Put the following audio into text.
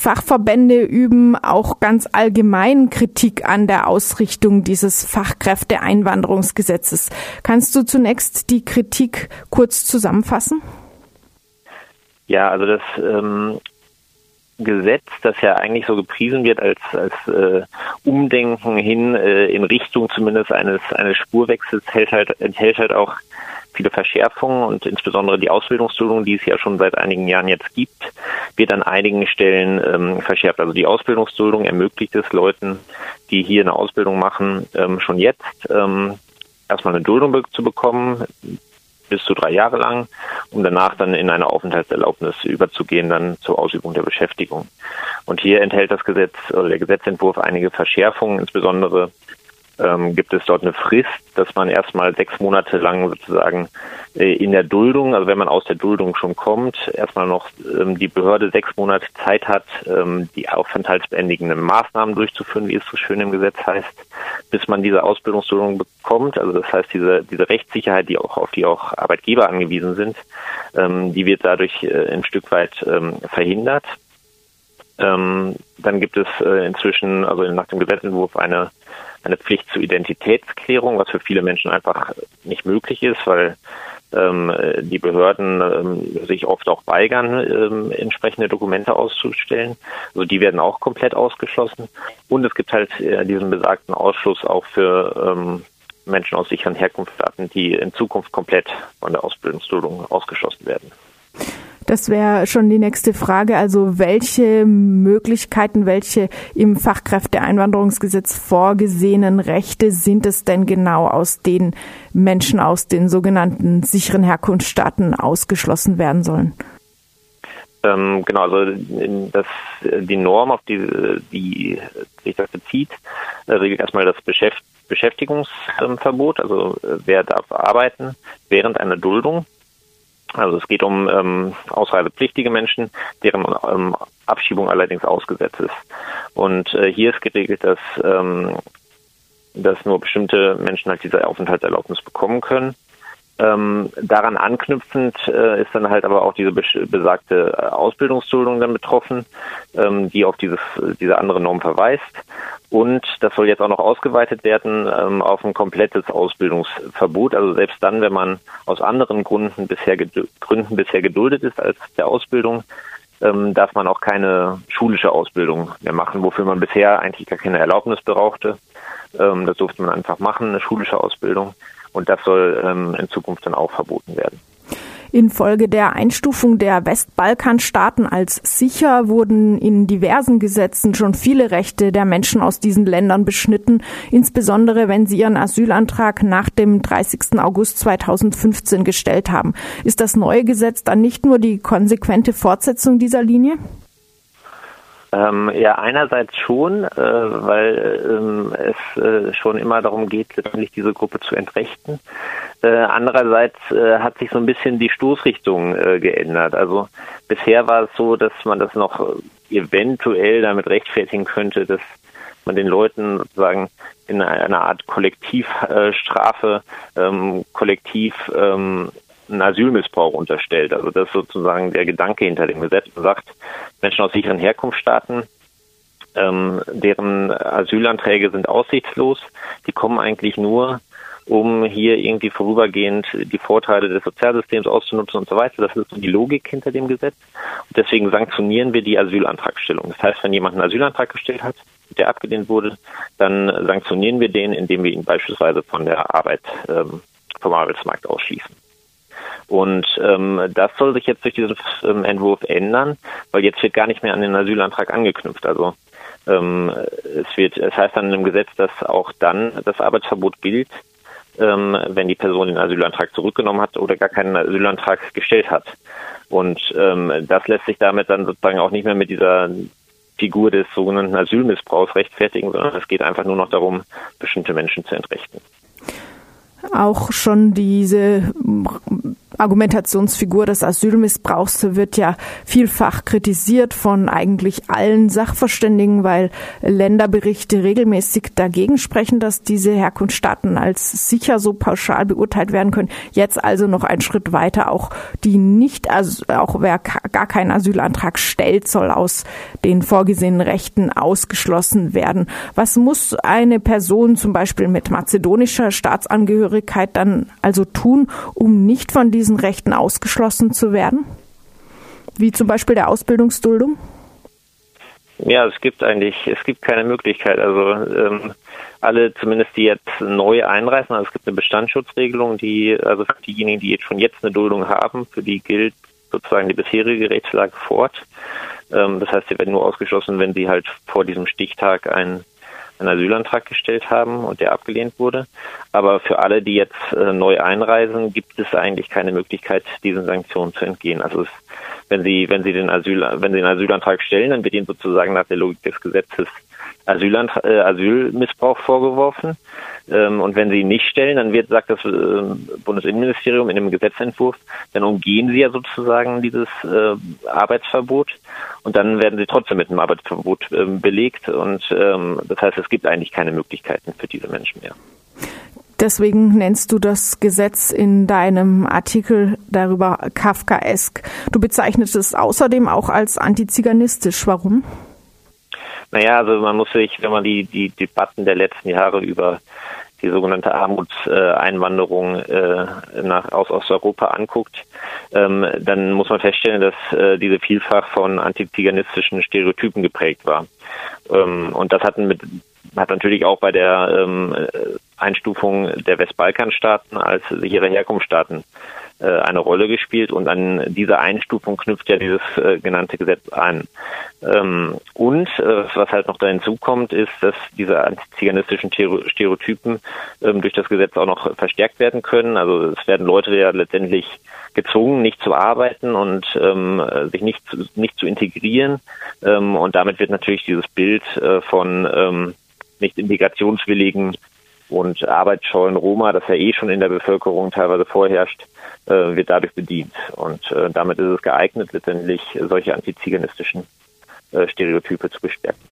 Fachverbände üben auch ganz allgemein Kritik an der Ausrichtung dieses Fachkräfteeinwanderungsgesetzes. Kannst du zunächst die Kritik kurz zusammenfassen? Ja, also das Gesetz, das ja eigentlich so gepriesen wird als Umdenken hin in Richtung zumindest eines Spurwechsels, enthält halt auch viele Verschärfungen und insbesondere die Ausbildungsduldung, die es ja schon seit einigen Jahren jetzt gibt, wird an einigen Stellen verschärft. Also die Ausbildungsduldung ermöglicht es Leuten, die hier eine Ausbildung machen, schon jetzt erstmal eine Duldung zu bekommen, bis zu 3 Jahre lang, um danach dann in eine Aufenthaltserlaubnis überzugehen, dann zur Ausübung der Beschäftigung. Und hier enthält das Gesetz oder der Gesetzentwurf einige Verschärfungen. Insbesondere gibt es dort eine Frist, dass man erstmal 6 Monate lang sozusagen in der Duldung, also wenn man aus der Duldung schon kommt, erstmal noch die Behörde 6 Monate Zeit hat, die aufenthaltsbeendigenden Maßnahmen durchzuführen, wie es so schön im Gesetz heißt, bis man diese Ausbildungsduldung bekommt. Also das heißt, diese Rechtssicherheit, auf die auch Arbeitgeber angewiesen sind, die wird dadurch ein Stück weit verhindert. Dann gibt es inzwischen, also nach dem Gesetzentwurf, eine Pflicht zur Identitätsklärung, was für viele Menschen einfach nicht möglich ist, weil die Behörden sich oft auch weigern, entsprechende Dokumente auszustellen. Also die werden auch komplett ausgeschlossen. Und es gibt halt diesen besagten Ausschluss auch für Menschen aus sicheren Herkunftsstaaten, die in Zukunft komplett von der Ausbildungsduldung ausgeschlossen werden. Das wäre schon die nächste Frage. Also welche Möglichkeiten, welche im Fachkräfteeinwanderungsgesetz vorgesehenen Rechte sind es denn genau, aus denen Menschen aus den sogenannten sicheren Herkunftsstaaten ausgeschlossen werden sollen? Genau, also die Norm, auf die sich das bezieht, regelt erstmal das Beschäftigungsverbot. Also wer darf arbeiten während einer Duldung. Also es geht um ausreisepflichtige Menschen, deren Abschiebung allerdings ausgesetzt ist. Und hier ist geregelt, dass nur bestimmte Menschen halt diese Aufenthaltserlaubnis bekommen können. Daran anknüpfend ist dann halt aber auch diese besagte Ausbildungsduldung dann betroffen, die auf diese andere Norm verweist. Und das soll jetzt auch noch ausgeweitet werden auf ein komplettes Ausbildungsverbot. Also selbst dann, wenn man aus anderen Gründen bisher geduldet ist als der Ausbildung, darf man auch keine schulische Ausbildung mehr machen, wofür man bisher eigentlich gar keine Erlaubnis brauchte. Das durfte man einfach machen, eine schulische Ausbildung. Und das soll in Zukunft dann auch verboten werden. Infolge der Einstufung der Westbalkanstaaten als sicher wurden in diversen Gesetzen schon viele Rechte der Menschen aus diesen Ländern beschnitten, insbesondere wenn sie ihren Asylantrag nach dem 30. August 2015 gestellt haben. Ist das neue Gesetz dann nicht nur die konsequente Fortsetzung dieser Linie? Ja, einerseits schon, weil es schon immer darum geht, letztendlich diese Gruppe zu entrechten. Andererseits hat sich so ein bisschen die Stoßrichtung geändert. Also bisher war es so, dass man das noch eventuell damit rechtfertigen könnte, dass man den Leuten sozusagen in einer Art Kollektivstrafe einen Asylmissbrauch unterstellt. Also das ist sozusagen der Gedanke hinter dem Gesetz. Man sagt, Menschen aus sicheren Herkunftsstaaten, deren Asylanträge sind aussichtslos, die kommen eigentlich nur, um hier irgendwie vorübergehend die Vorteile des Sozialsystems auszunutzen und so weiter. Das ist so die Logik hinter dem Gesetz. Und deswegen sanktionieren wir die Asylantragstellung. Das heißt, wenn jemand einen Asylantrag gestellt hat, der abgelehnt wurde, dann sanktionieren wir den, indem wir ihn beispielsweise vom Arbeitsmarkt ausschließen. Und das soll sich jetzt durch diesen Entwurf ändern, weil jetzt wird gar nicht mehr an den Asylantrag angeknüpft. Also es heißt dann im Gesetz, dass auch dann das Arbeitsverbot gilt, wenn die Person den Asylantrag zurückgenommen hat oder gar keinen Asylantrag gestellt hat. Und das lässt sich damit dann sozusagen auch nicht mehr mit dieser Figur des sogenannten Asylmissbrauchs rechtfertigen, sondern es geht einfach nur noch darum, bestimmte Menschen zu entrechten. Auch schon diese Argumentationsfigur des Asylmissbrauchs wird ja vielfach kritisiert von eigentlich allen Sachverständigen, weil Länderberichte regelmäßig dagegen sprechen, dass diese Herkunftsstaaten als sicher so pauschal beurteilt werden können. Jetzt also noch ein Schritt weiter, auch wer gar keinen Asylantrag stellt, soll aus den vorgesehenen Rechten ausgeschlossen werden. Was muss eine Person zum Beispiel mit mazedonischer Staatsangehörigkeit dann also tun, um nicht von diesen Rechten ausgeschlossen zu werden? Wie zum Beispiel der Ausbildungsduldung? Ja, es gibt keine Möglichkeit. Also alle, zumindest die jetzt neu einreisen, also es gibt eine Bestandsschutzregelung, also für diejenigen, die schon jetzt eine Duldung haben, für die gilt sozusagen die bisherige Rechtslage fort. Das heißt, sie werden nur ausgeschlossen, wenn sie halt vor diesem Stichtag einen Asylantrag gestellt haben und der abgelehnt wurde. Aber für alle, die jetzt neu einreisen, gibt es eigentlich keine Möglichkeit, diesen Sanktionen zu entgehen. Also wenn sie einen Asylantrag stellen, dann wird ihnen sozusagen nach der Logik des Gesetzes Asylmissbrauch vorgeworfen. Und wenn sie ihn nicht stellen, dann sagt das Bundesinnenministerium in dem Gesetzentwurf, dann umgehen sie ja sozusagen dieses Arbeitsverbot und dann werden sie trotzdem mit einem Arbeitsverbot belegt. Und das heißt, es gibt eigentlich keine Möglichkeiten für diese Menschen mehr. Deswegen nennst du das Gesetz in deinem Artikel darüber kafkaesk. Du bezeichnest es außerdem auch als antiziganistisch. Warum? Naja, also man muss sich, wenn man die Debatten der letzten Jahre über die sogenannte Armutseinwanderung aus Osteuropa anguckt, dann muss man feststellen, dass diese vielfach von antiziganistischen Stereotypen geprägt war. Und das hat natürlich auch bei der Einstufung der Westbalkanstaaten als sichere Herkunftsstaaten eine Rolle gespielt, und an diese Einstufung knüpft ja dieses genannte Gesetz an. Was halt noch da hinzukommt, ist, dass diese antiziganistischen Stereotypen durch das Gesetz auch noch verstärkt werden können. Also es werden Leute ja letztendlich gezwungen, nicht zu arbeiten und sich nicht zu integrieren. Und damit wird natürlich dieses Bild von nicht integrationswilligen und arbeitsscheuen Roma, das ja schon in der Bevölkerung teilweise vorherrscht, wird dadurch bedient. Und damit ist es geeignet, letztendlich solche antiziganistischen Stereotype zu bestärken.